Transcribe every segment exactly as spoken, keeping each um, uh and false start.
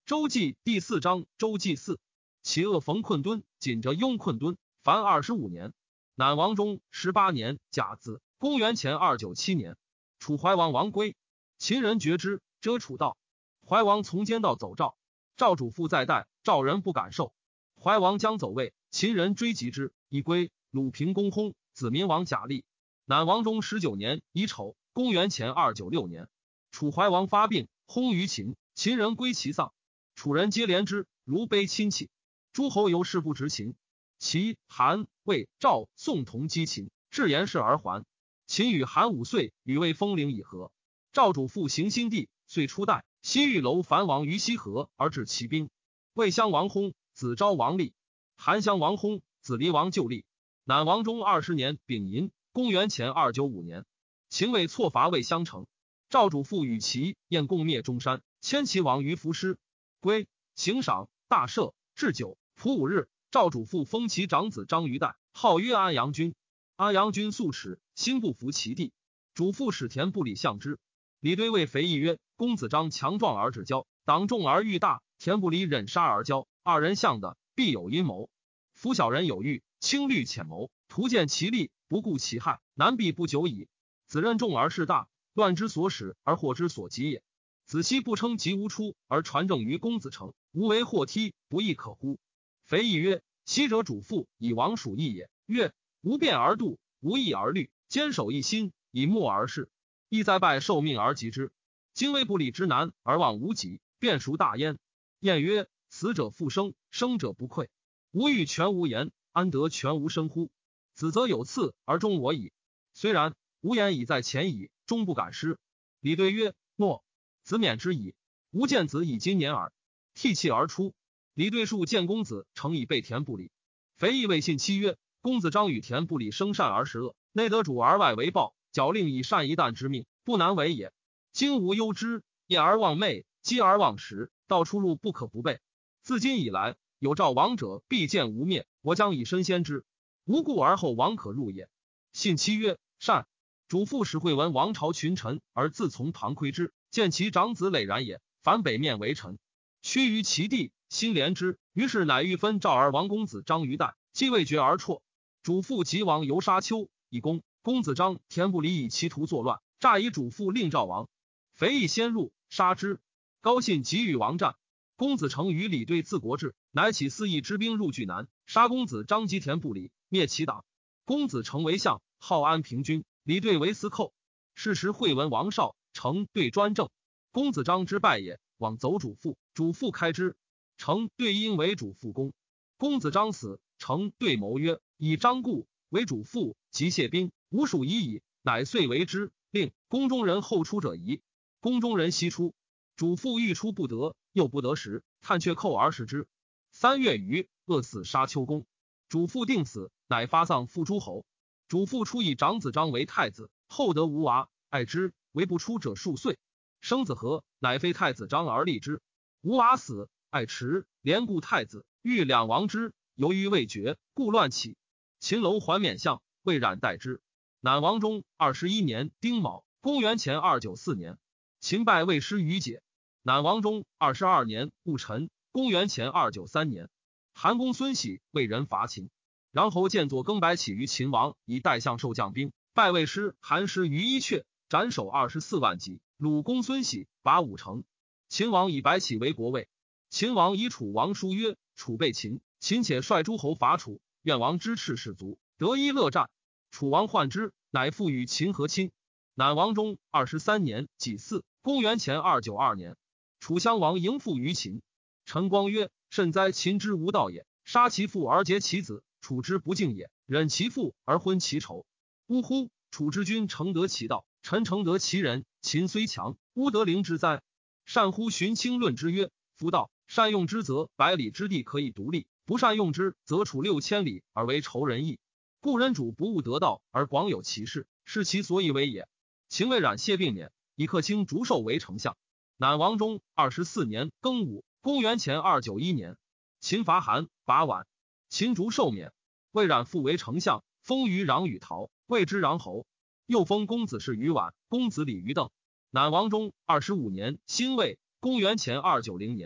周记第四章周记四。其恶冯困敦，仅着雍困敦，凡二十五年。乃王中十八年甲子，公元前二九七年，楚怀王王归，秦人绝之，遮楚道。怀王从间道走赵，赵主父在代，赵人不敢受。怀王将走位，秦人追及之，以归。鲁平公薨，子民王贾立。乃王中十九年乙丑，公元前二九六年，楚怀王发病，薨于秦，秦人归其丧。楚人皆怜之，如悲亲戚。诸侯由是不执秦。齐、韩、魏、赵、宋同击秦，至言事而还。秦与韩五岁，与魏封陵以和。赵主父行新地，遂出代，西域楼樊王于西河而治其兵。魏襄王薨，子昭王立。韩襄王薨，子离王就立。乃王中二十年丙寅，公元前二九五年，秦魏错伐魏襄城。赵主父与齐燕共灭中山，迁齐王于伏师。归，行赏，大赦，置酒，仆五日。赵主父封其长子张于代，号曰安阳君。安阳君素耻，心不服其地。主父使田不礼相之。李堆谓肥义曰：公子张强壮而志骄，党众而欲大，田不礼忍杀而骄，二人相的，必有阴谋。夫小人有欲，轻虑浅谋，图见其利，不顾其害，难避不久矣。子任重而事大，乱之所使而祸之所及也。子期不称其无出而传政于公子成，无为祸梯，不亦可乎？肥义曰：昔者主父以王属义也。曰：无辩而度，无义而虑，坚守一心，以默而事，亦在拜受命而及之。今为不礼之难而忘无己，便孰大焉？晏曰：死者复生，生者不愧。吾欲全无言，安得全无声乎？子则有赐而终我矣。虽然，吾言已在前矣，终不敢失。李对曰：诺。子免之矣。吾见子以今年耳。涕泣而出。李对数见公子诚以被田不礼。肥义未信妻曰：公子张与田不礼生善而食恶，内得主而外为暴，矫令以善一旦之命，不难为也。今无忧之，夜而忘寐，饥而忘食，道出入不可不备。自今以来，有赵王者必见无灭，我将以身先之，无故而后王可入也。信妻曰：善。主父使惠文王朝群臣而自从庞窥之，见其长子累然也，反北面为臣，屈于其地，心怜之，于是乃欲分赵而王公子张于代，既未决而辍。主父及王游沙丘以攻，公子张田不礼以其徒作乱，诈以主父令赵王。肥义先入，杀之。高信即与王战。公子成与李对自国志，乃起四邑之兵入巨南，杀公子张及田不礼，灭其党。公子成为相，号安平君，李对为司寇。是时惠文王少，成对专政。公子张之败也，往走主父，主父开之。成对因为主父攻。公子张死，成对谋曰：以张故为主父，即谢兵，吾属已矣。乃遂为之，令宫中人后出者疑。宫中人悉出。主父欲出不得，又不得时，探却寇而食之。三月余，饿死沙丘公。主父定死，乃发丧父诸侯。主父初以长子张为太子，后得无娃，爱之，为不出者数岁。生子和，乃废太子张而立之。无娃死，爱迟，连故太子，欲两王之，由于未决，故乱起。秦楼还免相，魏冉代之。乃王中二十一年丁卯，公元前二九四年，秦败魏师于解。乃王中二十二年戊辰，公元前二九三年，韩公孙喜为人伐秦。穰侯见作更白起于秦王，以代相受将兵，败魏师，韩师于伊阙，斩首二十四万级，虏公孙喜，拔五城。秦王以白起为国尉。秦王以楚王书曰：楚被秦，秦且率诸侯伐楚，愿王之赤士卒，得一乐战。楚王患之，乃复与秦和亲。乃王中二十三年己巳，公元前二九二年，楚襄王迎父于秦。陈光曰：甚哉秦之无道也，杀其父而劫其子，楚之不敬也，忍其父而昏其仇。呜呼！楚之君诚得其道，臣诚得其人，秦虽强，乌得灵之哉？善乎荀卿论之曰：夫道善用之，则百里之地可以独立；不善用之，则处六千里而为仇人邑。故人主不务得道而广有其事，是其所以为也。秦魏冉谢并免，以克卿竹寿为丞相。乃王中二十四年庚午，公元前二九一年，秦伐韩，拔宛。秦竹寿免。魏冉复为丞相，封于穰与陶，谓之穰侯。又封公子氏于宛，公子李于邓。乃王中二十五年辛未，公元前二九零年，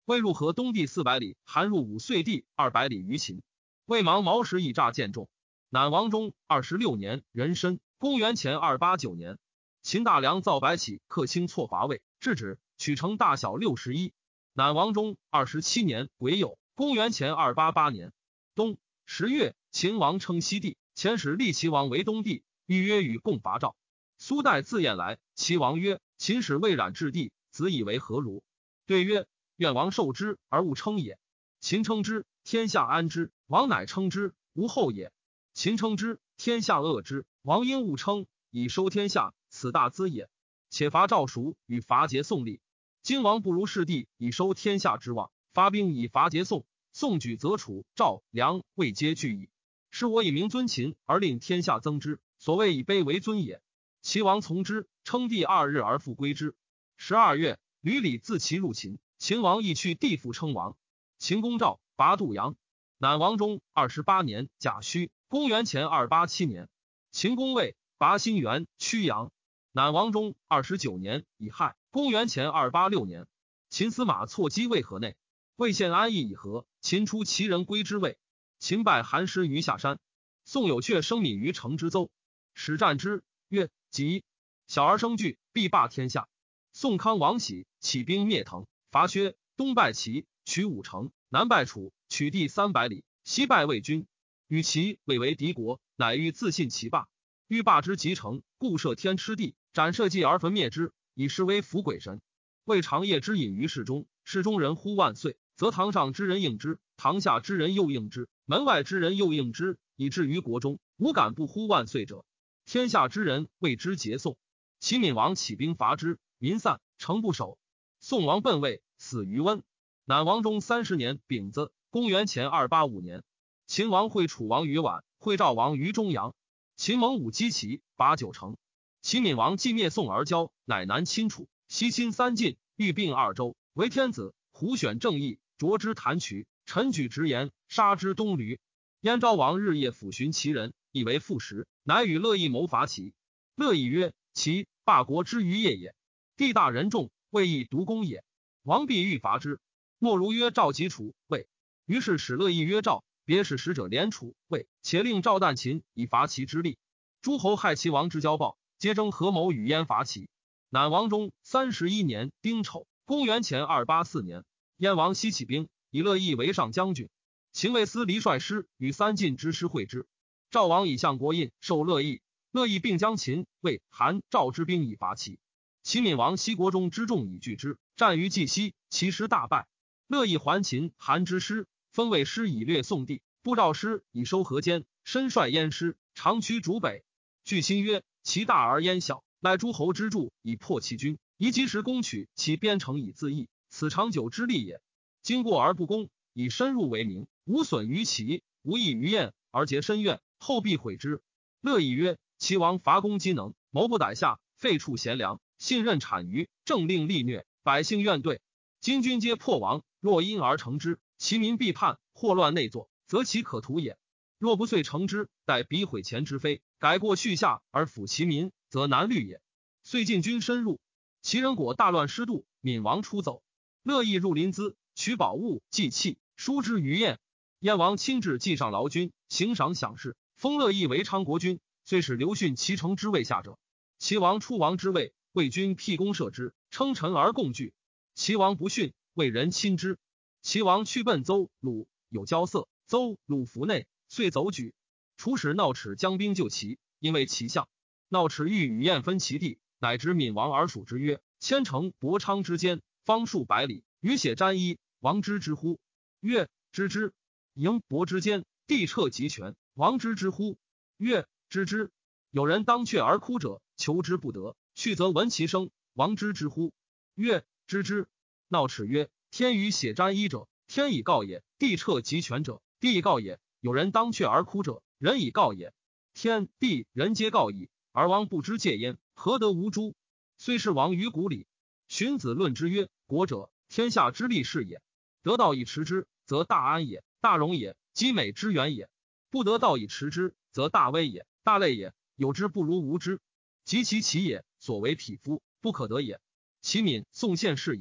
魏入河东地四百里，韩入五岁地二百里于秦。魏芒毛时以诈见众。乃王中二十六年壬申，公元前二八九年，秦大梁造白起，克卿错伐魏，制止，取城大小六十一。乃王中二十七年癸酉，公元前二八八年冬十月，秦王称西帝，遣使立齐王为东帝，欲约与共伐赵。苏代自燕来，齐王曰：秦使未染至地，子以为何如？对曰：愿王受之而勿称也。秦称之，天下安之，王乃称之，无后也。秦称之，天下恶之，王应勿称，以收天下，此大资也。且伐赵蜀，与伐桀宋立。今王不如世帝，以收天下之望，发兵以伐桀宋。宋举则楚、赵、梁、魏皆惧矣。是我以明尊秦，而令天下增之，所谓以卑为尊也。齐王从之，称帝二日而复归之。十二月，吕礼自齐入秦，秦王亦去地复称王。秦攻赵，拔杜阳。乃王中二十八年甲戌，公元前二八七年，秦攻魏，拔新原、曲阳。乃王中二十九年乙亥，公元前二八六年，秦司马错击魏河内，魏献安邑以和，秦出齐人归之魏。秦败韩师于下山。宋有阙生敏于城之邹，使战之，曰：急。小儿生惧，必霸天下。宋康王喜起兵灭滕，伐薛，东败齐，取五城，南败楚，取地三百里，西败魏军，与齐魏为敌国，乃欲自信其霸。欲霸之极成，故设天吃地，斩社稷而焚灭之，以示威服鬼神。魏长夜之隐于室中，室中人呼万岁，则堂上之人应之，堂下之人又应之，门外之人又应之，以至于国中，无敢不呼万岁者。天下之人为之节颂。齐闵王起兵伐之，民散，城不守。宋王奔魏，死于温。乃王中三十年丙子，公元前二八五年，秦王会楚王于宛，会赵王于中阳。秦蒙武击齐，拔九城。齐闵王既灭宋而骄，乃南侵楚，西侵三晋，欲并二州，为天子。胡选正义，着之弹渠，陈举直言，杀之东驴。燕昭王日夜抚寻其人，以为副食，乃与乐毅谋伐齐。乐毅曰：齐霸国之余业也，地大人众，未易独攻也。王必欲伐之。莫如约赵及楚、魏。于是使乐毅约赵，别使使者连楚、魏，且令赵旦秦以伐齐之力。诸侯害齐王之交暴，皆争合谋与燕伐齐。乃王中三十一年丁丑，公元前二八四年，燕王西起兵，以乐毅为上将军。秦魏司离率师与三晋之师会之。赵王以相国印受乐毅，乐毅并将秦、魏、韩、赵之兵以伐齐。齐闵王西国中之众以拒之，战于冀西，其师大败。乐毅还秦、韩之师，分魏师以略宋地，布赵师以收河间，身率燕师，长驱逐北。据心曰：其大而燕小，赖诸侯之助以破其军，宜及时攻取其边城以自义，此长久之利也。经过而不攻，以深入为名，无损于齐，无益于燕，而结深怨，后必悔之。乐毅曰：齐王伐攻机能，谋不逮下，废黜贤良，信任谄谀，政令力虐，百姓怨怼。今军皆破亡，若因而成之，其民必叛，祸乱内作，则其可图也。若不遂成之，待彼毁前之非，改过续下而抚其民，则难虑也。遂进军深入，齐人果大乱失度，闵王出走。乐毅入临淄，取宝物祭器，书之于燕。燕王亲至祭上劳军，行赏享事，封乐毅为昌国君，遂使刘训齐城之位下者。齐王出王之位，魏军辟公射之，称臣而共惧。齐王不训，魏人亲之。齐王去奔邹、鲁，有交色，邹、鲁服内，遂走举。楚使闹齿将兵救齐，因为齐相。闹齿欲与燕分其地，乃知闵王而属之曰：千城博昌之间，方数百里，余血沾衣，王之之乎？曰：知之。营博之间，地彻极全，王之之乎？曰：知之。有人当阙而哭者，求之不得，去则闻其声，王之之乎？曰：知之。闹齿曰：天与血沾衣者，天以告也；地彻极全者，地以告也。有人当阙而哭者，人以告也。天地人皆告矣，而王不知戒焉，何得无诛？虽是王于古里。荀子论之曰：国者，天下之利是也。得道以持之，则大安也，大荣也，积美之源也；不得道以持之，则大危也，大累也。有之不如无之。及其其也，所为匹夫，不可得也。其闵、宋献是也。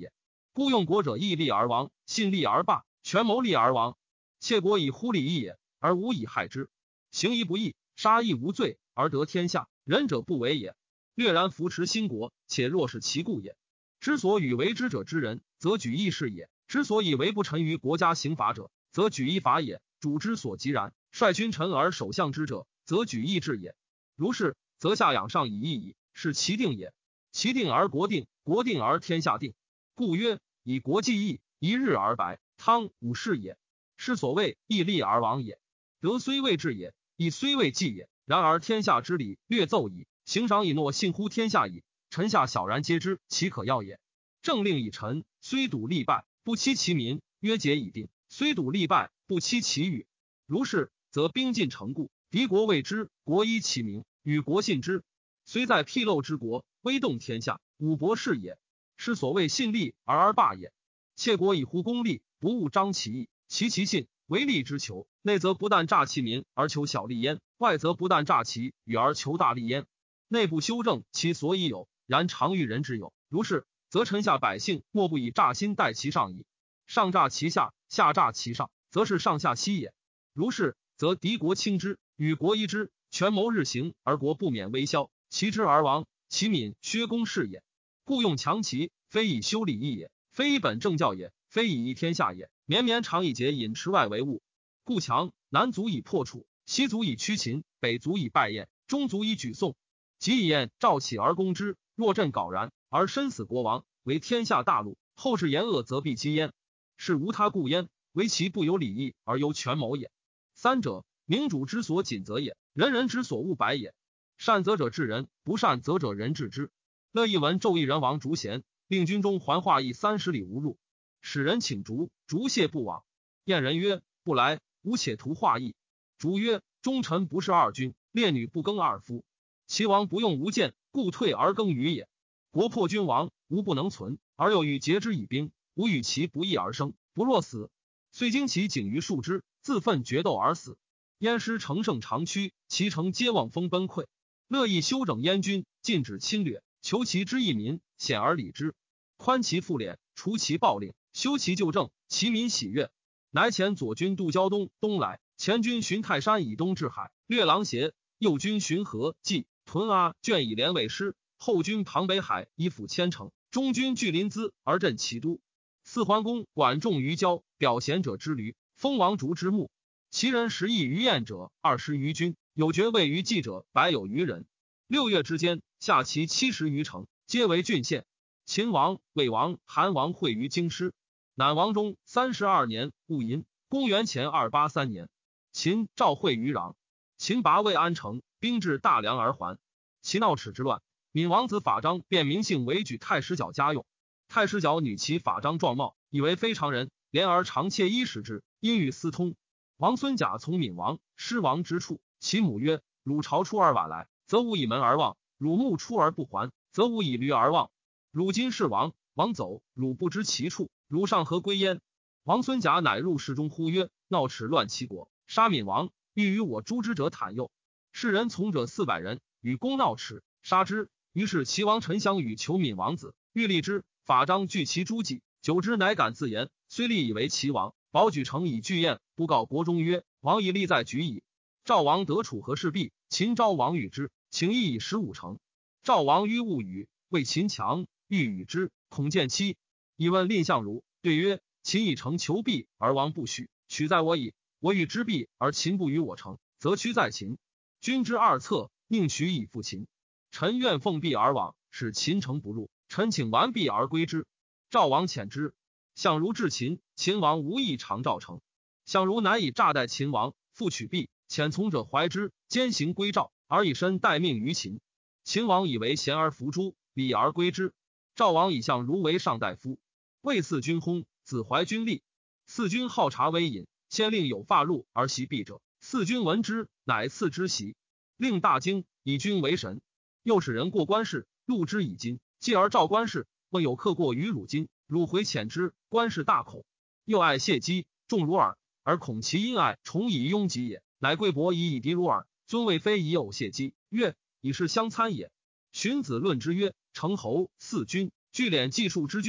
故用国者义利而亡，信利而霸，权谋利而亡。窃国以乎利益也，而无以害之。行义不义，杀义无罪，而得天下，仁者不为也。略然扶持新国，且若是其故也。之所以为之者之人，则举义是也；之所以为不臣于国家刑法者，则举义法也。主之所及然，率君臣而守相之者，则举义治也。如是，则下养上以义矣，是其定也。其定而国定，国定而天下定。故曰：以国继义，一日而白。汤武士也。是所谓义利而亡也。德虽未至也，义虽未继也，然而天下之理略奏矣，行赏以诺信乎天下矣。臣下小然皆知，其可要也。政令以臣，虽笃利败，不欺其民；约节已定，虽笃利败，不欺其语。如是，则兵尽城固，敌国畏之，国依其名，与国信之。虽在辟漏之国，威动天下，武博士也。是所谓信利而而霸也。窃国以乎公利，不务彰其义，其其信，为利之求。内则不但诈其民而求小利焉，外则不但诈其语而求大利焉。内部修正其所以有，然常欲人之有。如是，则臣下百姓莫不以诈心待其上矣。上诈其下，下诈其上，则是上下息也。如是，则敌国轻之，与国依之，权谋日行，而国不免微消，其之而亡，其敏削公事也。故用强其，非以修礼义也，非以本政教也，非以义天下也。绵绵长以节饮食外为物。故强，南足以破楚，西足以驱秦，北足以败燕，中足以举宋。及以燕赵起而攻之，若朕槁然，而身死国亡，为天下大戮。后世言恶，则必击焉。是无他故焉，唯其不有礼义而由权谋也。三者，明主之所谨责也，人人之所恶白也。善责者治人，不善责者人治之。乐毅闻纣一人王竹贤，令军中还化邑三十里无入，使人请竹，竹谢不往。燕人曰：不来，吾且图化邑。竹曰：忠臣不是二君，烈女不耕二夫。其王不用无剑，故退而耕于也。国破君亡，吾不能存，而又欲竭之以兵，吾与其不义而生，不若死。遂经其颈于树之，自奋决斗而死。燕师乘胜长驱，其城皆望风崩溃。乐毅修整燕军，禁止侵略，求其之义民，显而礼之，宽其赋敛，除其暴令，修其旧政，其民喜悦。乃遣左军渡胶东东来，前军巡泰山以东至海，略狼邪；右军巡河冀屯阿卷以连尾师，后军旁北海以抚千城，中军据临淄而镇齐都。四桓公管仲于郊，表贤者之驴，封王竹之墓。其人十亿余燕者二十余军，有爵位于记者百有余人。六月之间，下其七十余城，皆为郡县。秦王、魏王、韩王会于京师。乃王中三十二年戊寅，公元前二八三年，秦赵会于壤。秦拔魏安城，兵至大梁而还。其闹齿之乱，闵王子法章便名姓为举太师角家用。太师角女其法章状貌，以为非常人，怜而常窃衣食之，因与私通。王孙甲从闵王失王之处，其母曰：汝朝出而晚来，则吾以门而望；汝暮出而不还，则吾以驴而望。汝今是王，王走，汝不知其处，汝上何归焉？王孙甲乃入室中呼曰：闹齿乱齐国，杀闵王，欲与我诛之者袒佑。世人从者四百人，与公闹齿，杀之。于是齐王陈襄与求闵王子，欲立之。法章据其诸计，久之乃敢自言，虽立以为齐王。保举城以拒宴，不告国中曰：王已立在举矣。赵王得楚河氏璧，秦昭王与之，请邑以十五城。赵王于勿与，谓秦强，欲与之，恐见妻。以问蔺相如，对曰：秦以城求璧而王不许，取在我矣。我与之璧而秦不与我成，则屈在秦。君之二策，宁许以复秦。臣愿奉璧而往，使秦城不入。臣请完璧而归之。赵王遣之。相如至秦，秦王无意长赵城。相如乃以诈待秦王，复取璧，遣从者怀之，兼行归赵，而以身待命于秦。秦王以为贤而服诸，礼而归之。赵王以相如为上大夫。魏四君薨，子怀君立。四君好茶微饮，先令有发露而袭璧者，四君闻之，乃赐之席。令大惊，以君为神。又使人过官事，录之以金，继而召官事，问有客过于汝金，汝回遣之，官事大恐。又爱谢姬，重汝耳，而恐其因爱重以拥己也，乃贵伯以以敌汝耳。尊谓非以偶谢姬，曰：以是相参也。荀子论之曰：成侯、四君，聚敛计数之君也，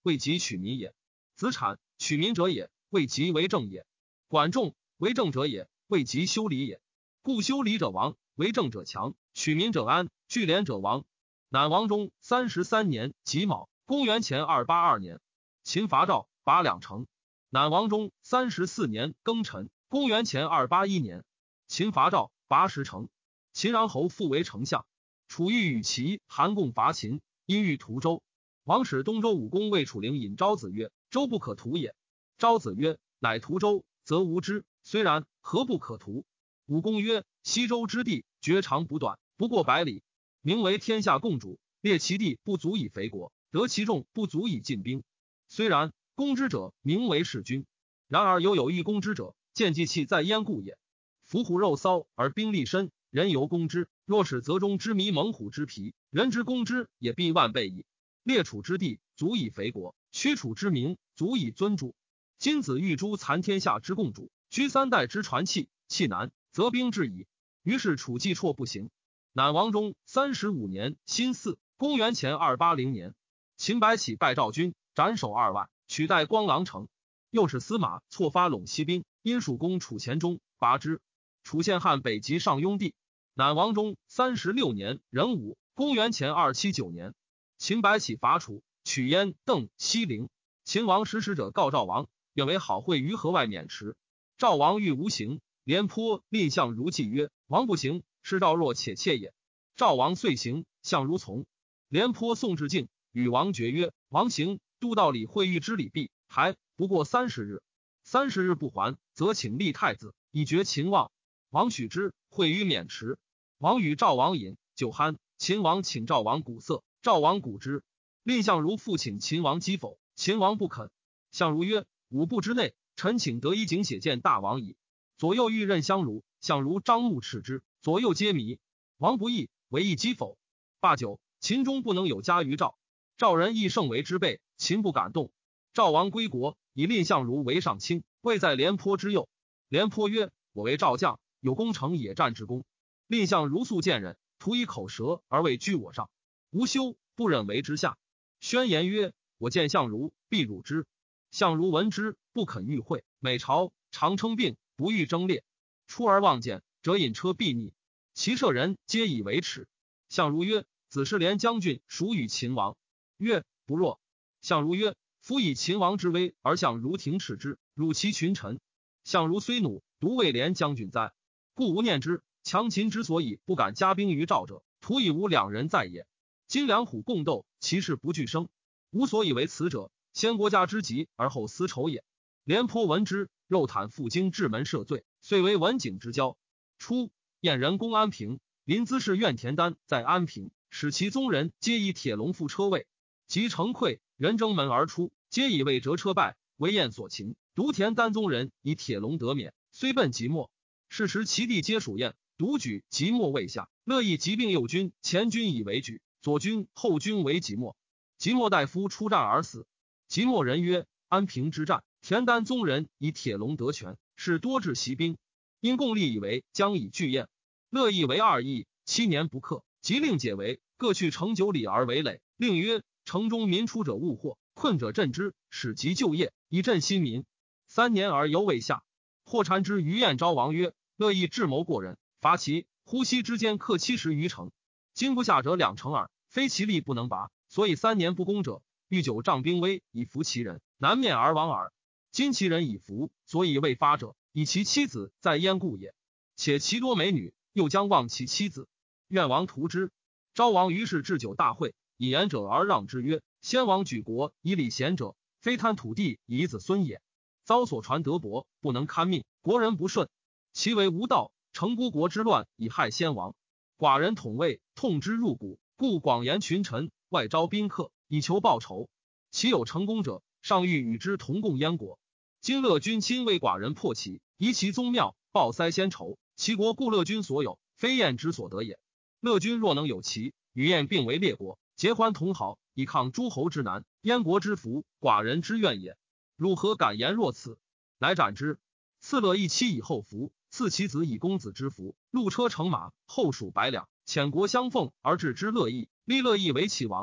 未及取民也；子产，取民者也，未及为政也；管仲，为政者也，未及修理也。故修理者亡，为政者强，取民者安，聚敛者亡。乃王中三十三年己卯，公元前二八二年，秦伐赵，拔两城。乃王中三十四年庚辰，公元前二八一年，秦伐赵，拔十城。秦穰侯复为丞相。楚欲与齐、韩共伐秦，因欲屠周。王使东周武公魏楚灵引昭子曰：周不可屠也。昭子曰：乃屠周，则无之，虽然，何不可屠？武公曰：西周之地，绝长不断，不过百里，名为天下共主，列其地不足以肥国，得其众不足以进兵。虽然，攻之者名为弑君。然而犹有一攻之者，见计器在焉故也。伏虎肉骚而兵力深，人犹攻之，若使泽中之迷猛虎之皮，人之攻之也必万倍矣。列楚之地，足以肥国；驱楚之民，足以尊主。今子欲诛残天下之共主，居三代之传器，器难，则兵至矣。于是楚计辍不行。乃王中三十五年辛巳，公元前二八零年，秦白起败赵军，斩首二万，取代光狼城。又使司马错发陇西兵，因蜀攻楚前中，拔之。楚献汉北极上庸地。乃王中三十六年壬午，公元前二七九年，秦白起伐楚，取燕、邓、西陵。秦王使使者告赵王，愿为好会于河外渑池。赵王欲无行，廉颇、蔺相如计曰：王不行，是赵若且怯也。赵王遂行，相如从。廉颇送至境，与王决曰：王行，都道里会遇之礼毕，还不过三十日。三十日不还，则请立太子，以绝秦望。王许之，会于渑池。王与赵王饮酒酣，秦王请赵王鼓瑟，赵王鼓之。蔺相如复请秦王击否，秦王不肯。相如曰：吾不知内，臣请得以景写见大王矣。左右欲任相如，相如张目斥之，左右皆迷。王不义，唯一击否。罢酒，秦中不能有加于赵。赵人亦胜为之备，秦不敢动。赵王归国，以蔺相如为上卿，位在廉颇之右。廉颇曰：我为赵将，有攻城野战之功。蔺相如素见人，徒以口舌而未居我上，无羞，不忍为之下。宣言曰：我见相如，必辱之。相如闻之，不肯与会。每朝常称病，不欲争列。出而望见，则引车避逆，骑射人皆以为耻。相如曰：子是连将军属与秦王。曰：不若。相如曰：夫以秦王之威而相如廷斥之，辱其群臣。相如虽怒，独为连将军哉？故无念之。强秦之所以不敢加兵于赵者，徒以无两人在也。今两虎共斗，其势不俱生。吾所以为此者，先国家之急而后私仇也。廉颇闻之，肉袒负荆至门赦罪，遂为文景之交。初，燕人攻安平，临淄氏苑田丹在安平，使其宗人皆以铁笼覆车位。及城溃，人争门而出，皆以为折车败，为燕所擒。独田丹宗人以铁笼得免，虽奔即没。是时其地皆属燕，独举即墨未下，乐意疾病右军，前军以为举，左军后军为即墨。即墨大夫出战而死。即墨人曰：安平之战，田丹宗人以铁笼得权，是多至袭兵，因共立以为将以拒燕。乐意为二邑，七年不克，即令解围，各去城九里而为垒。令曰：城中民出者勿祸，困者镇之，使其就业，以振新民。三年而犹未下。或禅之于燕昭王曰：乐意智谋过人，伐其呼吸之间克七十余城，今不下者两成耳，非其力不能拔，所以三年不攻者，欲久仗兵威以服其人，南面而亡耳。今其人已服，所以未发者，以其妻子在燕故也。且其多美女，又将忘其妻子，愿王图之。昭王于是置酒大会，以言者而让之曰：先王举国以礼贤者，非贪土地以子孙也。遭所传德薄，不能堪命，国人不顺，其为无道，成孤国之乱以害先王。寡人统魏，痛之入骨，故广言群臣，外招宾客，以求报仇。其有成功者，尚欲与之同共燕国。今乐君亲为寡人破其，夷其宗庙，报塞先仇，其国故乐君所有，非燕之所得也。乐君若能有其，与燕并为列国，结欢同好，以抗诸侯之难，燕国之福，寡人之愿也。汝何敢言若此？乃斩之。赐乐一妻以后服，赐其子以公子之服，路车乘马，后属百两，遣国相奉而置之乐邑，立乐邑为齐王。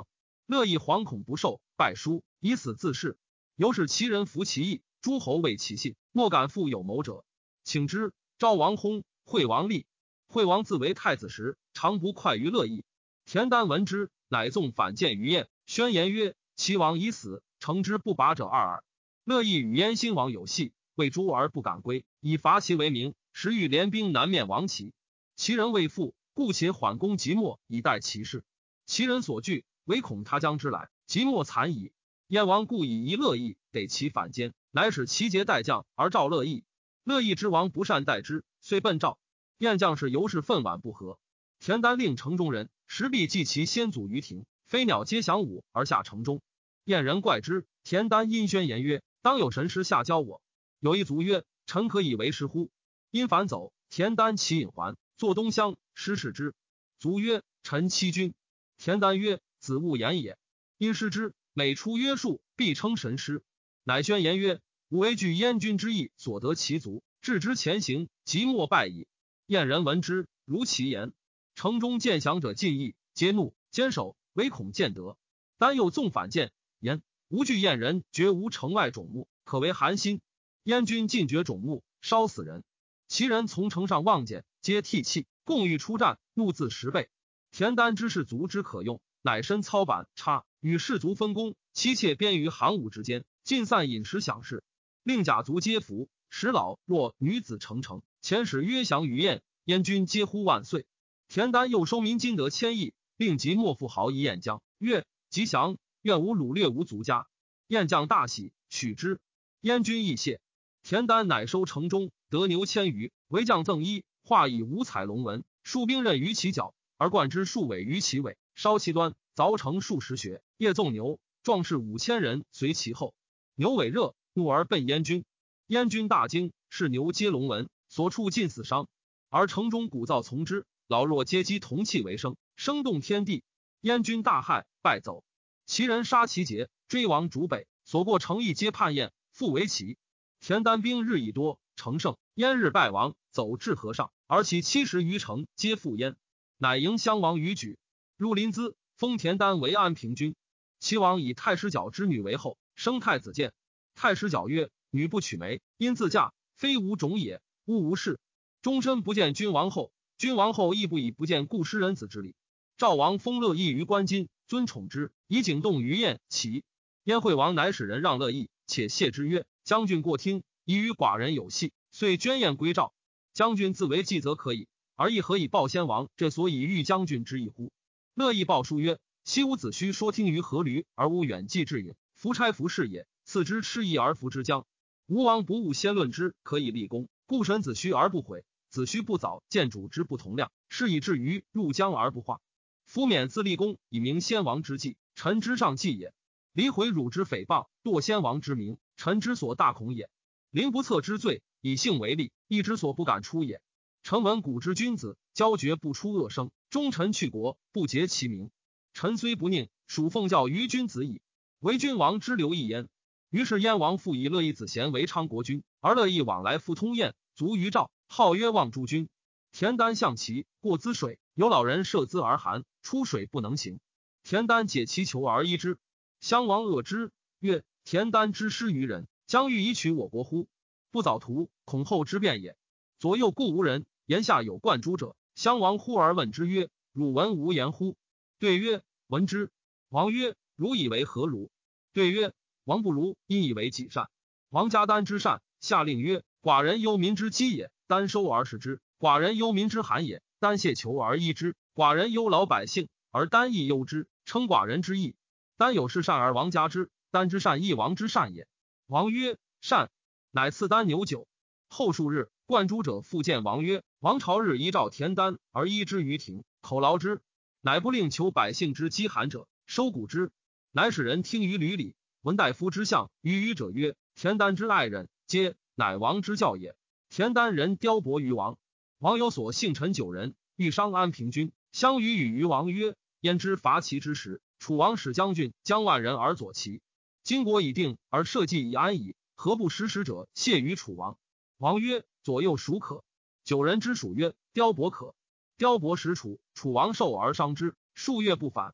乐意惶恐不受，败书，以死自噬。由是其人服其意，诸侯畏其信，莫敢复有谋者。请之。赵王薨，惠王立。惠王自为太子时，常不快于乐毅。田丹闻之，乃纵反见于晏，宣言曰：齐王已死，成之不拔者二耳。乐毅与燕兴王有隙，为诛而不敢归，以伐齐为名，时欲联兵南面亡齐。齐人未复，故且缓攻即墨，以待其事。齐人所惧，唯恐他将之来，即墨残矣。燕王故以一乐毅，给其反间，乃使齐节待将而召乐毅。乐毅之王不善待之，遂奔赵。燕将士尤是愤惋不和。田丹令城中人时必祭其先祖于庭，飞鸟皆降舞而下城中。燕人怪之，田丹因宣言曰：当有神师下教我。有一卒曰：臣可以为师乎？因反走，田丹其引还，坐东乡，师视之。卒曰：臣欺君。田丹曰：子勿言也。因师之，每出约束，必称神师。乃宣言曰：吾为惧燕军之意，所得其卒，置之前行，即莫败矣。燕人闻之，如其言。城中见降者尽议，皆怒，坚守，唯恐见得。丹又纵反见，言：吾惧燕人绝无城外种木，可为寒心。燕军尽绝种木，烧死人。其人从城上望见，皆涕泣，共欲出战，怒自十倍。田丹之士卒之可用，乃身操板插，与士卒分工，妻妾编于行伍之间，尽散饮食享事。令甲卒皆服，使老弱女子成城，遣使约降于燕，燕军皆呼万岁。田丹又收民金得千亿，令即莫富豪以燕将，曰：吉祥，愿无掳掠无族家。燕将大喜，许之。燕军亦谢。田丹乃收城中，得牛千余，为将赠衣，画以五彩龙纹，数兵刃于其角，而冠之数尾于其尾，烧其端，凿成数十穴，夜纵牛，壮士五千人随其后。牛尾热，怒而奔燕军。燕军大惊，是牛皆龙纹，所处尽死伤。而城中鼓噪从之，老弱皆击铜器为声，声动天地。燕军大骇，败走。齐人杀其节，追王逐北，所过城邑皆叛燕，复为齐。田丹兵日益多，乘胜，燕日败亡，走至河上，而其七十余城皆复燕，乃迎襄王于举，入临淄，封田丹为安平君。齐王以太师角之女为后，生太子建。太师角曰：女不娶媒，因自嫁，非无种也，吾无事。终身不见君王后，君王后亦不以不见故师人子之礼。赵王封乐毅于关津，尊宠之，以景动于燕齐。燕惠王乃使人让乐毅，且谢之曰：将军过听，已与寡人有隙，遂捐燕归赵。将军自为计则可以，而亦何以报先王这所以欲将军之意乎？乐毅报书曰：昔吾子胥说听于阖闾，而无远计至隐，夫差服事也，赐之赤翼而服之将。吴王不务先论之，可以立功，故审子胥而不悔。子胥不早，见主之不同量，是以至于入疆而不化。夫免自立功，以明先王之计，臣之上计也。离毁辱之诽谤，堕先王之名，臣之所大恐也。临不测之罪，以性为利，亦之所不敢出也。臣闻古之君子，交绝不出恶声，忠臣去国，不结其名。臣虽不佞，属奉教于君子矣。为君王之留一焉。于是燕王复以乐毅子贤为昌国君，而乐毅往来复通燕，卒于赵，号曰望诸君。田丹向齐，过淄水，有老人涉淄而寒，出水不能行。田丹解其裘而医之。襄王恶之，曰：田丹之师于人，将欲以取我国乎？不早图，恐后之变也。左右故无人，言下有贯诸者。襄王忽而问之曰：汝闻无言乎？对曰：闻之。王曰：汝以为何如？对曰：王不如，因以为己善。王加丹之善，下令曰：寡人忧民之饥也，丹收而食之；寡人忧民之寒也，丹卸裘而医之；寡人忧老百姓，而丹亦忧之，称寡人之义。丹有是善而王加之，丹之善亦王之善也。王曰：善。乃赐丹牛酒。后数日，贯诸者复见王曰：王朝日依照田丹而医之于庭，口劳之，乃不令求百姓之饥寒者，收谷之。乃使人听于闾里，闻大夫之相于虞者曰：田丹之爱人，皆乃王之教也。田丹人雕帛于王，王有所幸臣九人，欲伤安平君。相与与于王曰：焉知伐齐之时，楚王使将军将万人而佐齐。今国已定，而社稷已安矣，何不使使者谢于楚王？王曰：左右孰可？九人之属曰：雕帛可。雕帛使楚，楚王受而伤之，数月不返。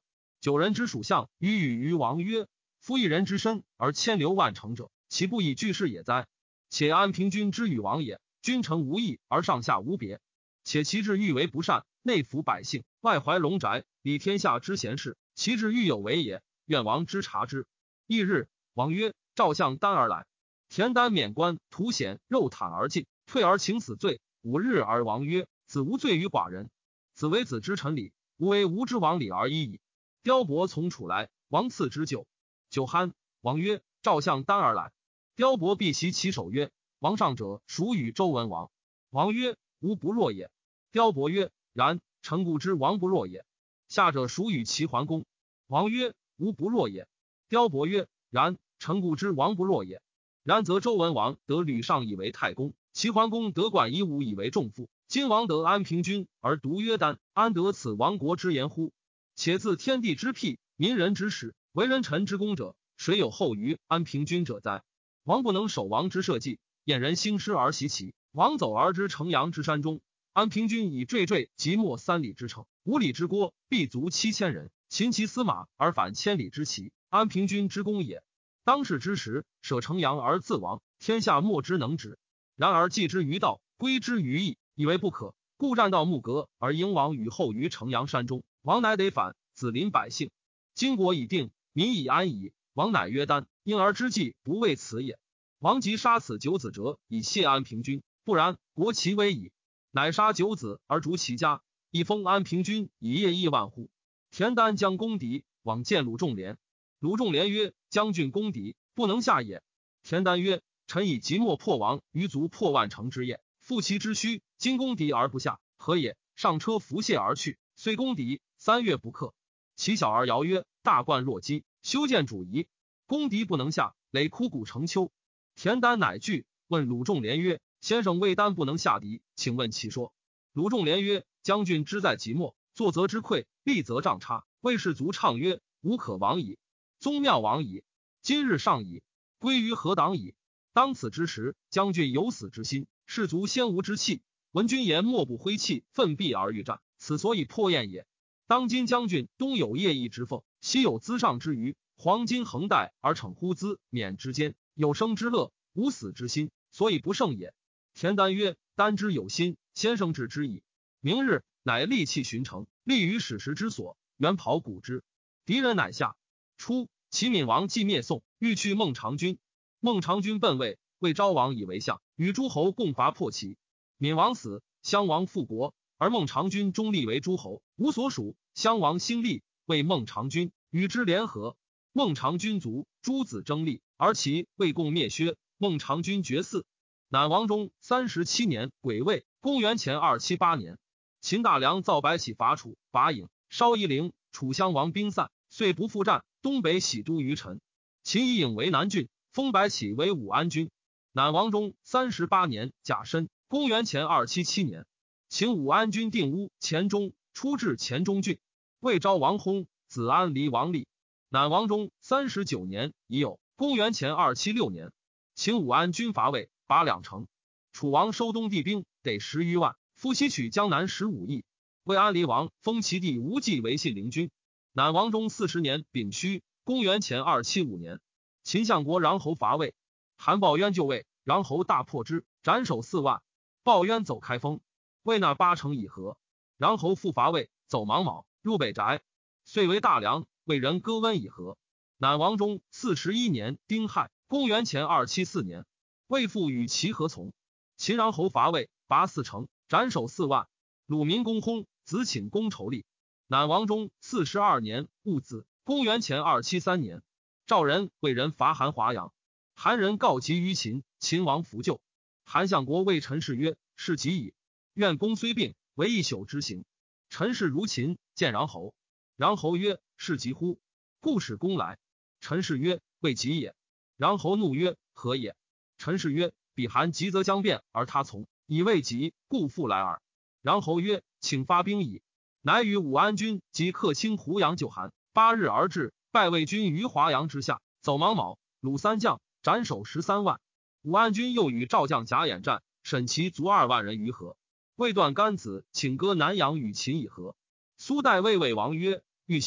九人之属相与与于王曰：夫一人之身而千流万乘者，其不以具事也哉？且安平君之与王也，君臣无义而上下无别，且其志欲为不善，内服百姓，外怀龙宅，理天下之贤士，其志欲有为也，愿王之察之。翌日，王曰：赵相丹而来。田丹免官，图显肉袒而进，退而请死罪。五日而王曰：子无罪于寡人，子为子之臣礼，吾为吾之王礼而已矣。雕伯从楚来，王赐之酒。酒酣，王曰：赵相丹而来。雕伯必袭其手曰：王上者属与周文王。王曰：吾不若也。雕伯曰：然，臣故知王不若也。下者属与齐桓公。王曰：吾不若也。雕伯曰：然，臣故知王不若也。然则周文王得吕尚以为太公，齐桓公得管夷吾以为仲父，今王得安平君而独约丹，安得此亡国之言乎？且自天地之辟，民人之始，为人臣之功者，谁有后于安平君者哉？王不能守王之社稷，燕人兴师而袭齐，王走而之城阳之山中。安平君以惴惴即没三里之城，五里之郭，必足七千人，擒其司马而反千里之骑，安平君之功也。当世之时，舍城阳而自亡，天下莫之能止。然而继之于道，归之于义，以为不可，故战到木革而迎王与后于城阳山中。王乃得反，子临百姓。今国已定，民已安矣。王乃曰丹，婴儿之计不为此也。王即杀此九子者，以谢安平君，不然，国其危矣。乃杀九子而逐其家，以封安平君以业亿万户。田丹将攻敌，往见鲁仲连。鲁仲连曰：将军攻敌，不能下也。田丹曰：臣以即墨破王于足破万城之业，复其之虚，今攻敌而不下，何也？上车伏泻而去，虽攻敌，三月不克。其小儿谣曰：大冠若鸡，修建主夷。攻敌不能下，垒枯骨成丘。田丹乃惧，问鲁仲连曰：先生谓丹不能下敌，请问其说。鲁仲连曰：将军之在即墨，坐则之溃，立则杖叉，魏士卒唱曰：无可亡矣，宗庙亡矣，今日上矣，归于何党矣？当此之时，将军有死之心，士卒先无之气，闻君言莫不挥气，奋臂而欲战，此所以破燕也。当今将军东有业邑之凤，西有资上之余，黄金横带而逞乎资免之间，有生之乐，无死之心，所以不胜也。田丹曰：丹之有心，先生治之矣。明日，乃利器巡城，立于史实之所，原庖鼓之。敌人乃下。初，齐闵王既灭宋，欲去孟尝君。孟尝君奔魏，魏昭王以为相，与诸侯共伐破齐。闵王死，襄王复国，而孟尝君终立为诸侯，无所属。襄王兴立，为孟尝君，与之联合。孟尝君卒，诸子争立，而齐魏共灭薛。孟尝君绝嗣。乃王中三十七年癸未，公元前二七八年，秦大梁造白起伐楚，拔郢，烧夷陵，楚襄王兵散，遂不复战，东北徙都于陈。秦以郢为南郡，封白起为武安君。乃王中三十八年甲申，公元前二七七年，秦武安君定乌黔中，出至黔中郡。魏昭王薨，子安离王立。乃王中三十九年乙酉，公元前二七六年，秦武安君伐魏，拔两城。楚王收东地兵得十余万，夫西取江南十五邑。魏安离王封其弟无忌为信陵君。乃王中四十年丙戌，公元前二七五年，秦相国穰侯伐魏，韩抱渊就魏，穰侯大破之，斩首四万。抱渊走开封，魏纳八城以和。穰侯复伐魏，走芒卯，入北宅，遂为大梁。魏人割温以和。乃王中四十一年丁亥，公元前二七四年，魏复与齐合从。秦穰侯伐魏，拔四城，斩首四万。鲁民公薨，子请公仇立。乃王中四十二年戊子，公元前二七三年，赵人魏人伐韩华阳，韩人告急于秦，秦王弗救。韩相国谓陈氏曰：是急矣，愿公虽病，为一宿之行。陈氏如秦，见穰侯。穰侯曰：是急乎？故使公来。陈氏曰：未急也。穰侯怒曰：何也？陈氏曰：彼韩急则将变，而他从，以未急，故复来耳。穰侯曰：请发兵矣。乃与武安君及客卿胡杨救韩，八日而至，拜魏军于华阳之下，走芒卯，虏三将，斩首十三万。武安君又与赵将贾演战，沈其卒二万人于河。魏断干子请割南阳与秦以和。苏代魏魏王曰：欲袭者，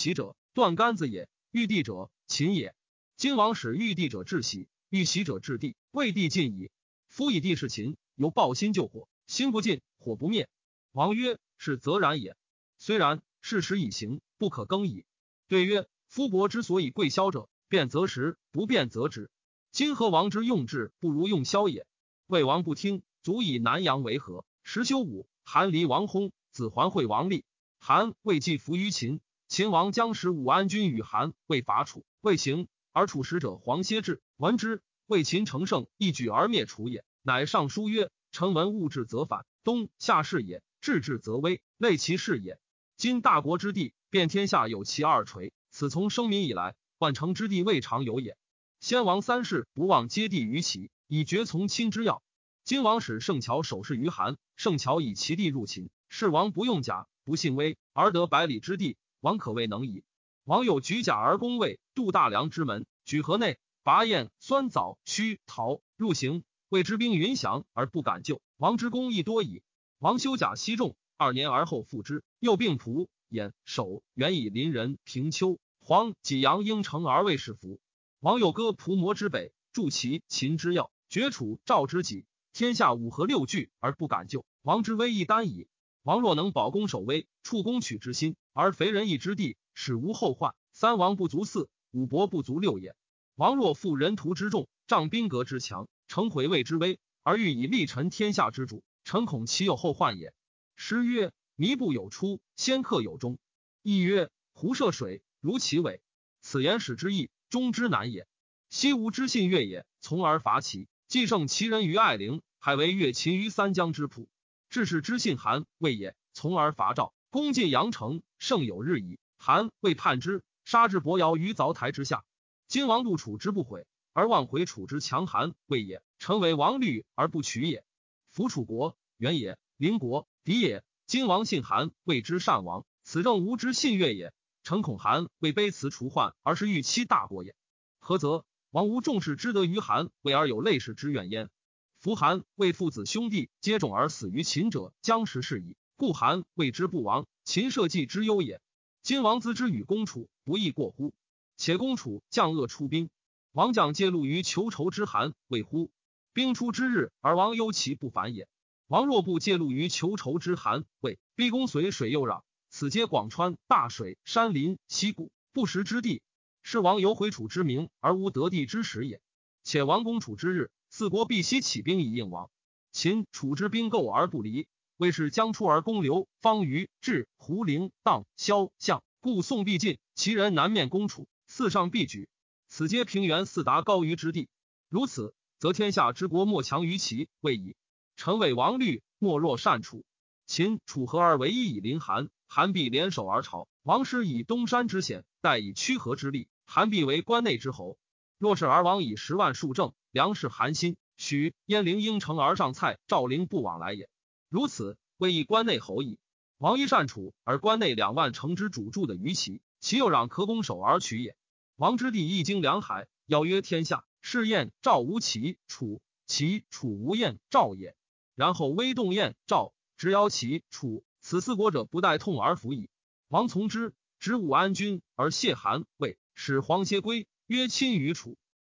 断竿子也。欲地者，秦也。今王使欲地者治喜，欲喜者治地，魏地尽矣。夫以地是秦，犹抱薪救火，心不尽，火不灭。王曰：是则然也。虽然，事实已行，不可更矣。对曰：夫伯之所以贵萧者，变则实，不变则止。今何王之用智，不如用萧也？魏王不听，足以南阳为和。时修武，韩离王薨，子桓惠王立。韩魏既服于秦，秦王将使武安君与韩魏伐楚，魏行，而楚使者黄歇至，闻之，魏秦乘胜，一举而灭楚也。乃上书曰：臣闻物至则反，东夏事也；治治则危，类其事也。今大国之地，遍天下有其二垂，此从生民以来，万城之地未尝有也。先王三世不忘接地于齐，以绝从亲之要。今王使圣乔守势于韩，圣乔以其地入秦，是王不用甲，不信威，而得百里之地，王可谓能矣。王有举甲而攻魏，渡大梁之门，举河内，拔燕、酸枣、须、桃，入行，魏之兵云降而不敢救，王之功亦多矣。王修甲西重，二年而后复之，又并蒲、兖、首，原以邻人、平丘、黄、济阳应城而为是服。王有割蒲摩之北，筑齐、秦之要，绝楚、赵之己，天下五合六据而不敢救，王之威亦单矣。王若能保公守威，处攻取之心，而肥仁义之地，使无后患，三王不足四，五伯不足六也。王若负人徒之众，仗兵革之强，成毁魏之威，而欲以立臣天下之主，臣恐其有后患也。诗曰：弥不有出，先克有终。亦曰：胡涉水，如其尾。此言使之易，终之难也。西吴之信越也，从而伐齐，既胜齐人于艾陵，还为越秦于三江之浦。至是之信韩魏也，从而伐赵，攻进阳城，胜有日矣。韩魏叛之，杀至伯瑶于凿台之下。今王度楚之不悔，而望回楚之强韩魏也，臣为王虑而不取也。夫楚国，原也，邻国，敌也。今王信韩魏之善王，此正吾之信越也。臣恐韩魏卑辞除患，而是欲欺大国也。何则？王无重视之德于韩魏，而有类氏之怨焉。夫韩魏父子兄弟皆众而死于秦者，将时是矣。故韩魏之不亡，秦社稷之忧也。今王资之与攻楚，不亦过乎？且攻楚，将恶出兵，王将皆戮于求仇之韩魏乎？兵出之日，而王忧其不反也。王若不介戮于求仇之韩魏，逼攻随水又壤，此皆广川、大水、山林、溪谷不实之地，是王有毁楚之名而无得地之实也。且王攻楚之日，四国必悉起兵以应王。秦、楚之兵构而不离，魏是将出而攻刘、方于、至、胡陵、荡、萧、象，故宋必进，其人南面攻楚，四上必举，此皆平原四达高于之地。如此，则天下之国莫强于齐、魏矣。臣谓王虑，莫若善楚。秦、楚合而为一以临韩，韩必联手而朝，王师以东山之险，待以屈河之力，韩必为关内之侯。若是而王以十万数正，粮食韩心，许、燕陵应城而上蔡、赵陵不往来也。如此，谓以关内侯矣。王一善楚，而关内两万城之主住的于齐，其又攘可攻守而取也。王之地一经两海，邀约天下，是燕、赵无齐、楚，齐、楚无燕、赵也。然后威动燕、赵，直邀齐、楚，此四国者不待痛而服矣。王从之，执武安君而谢韩魏，使黄歇归，约亲于楚。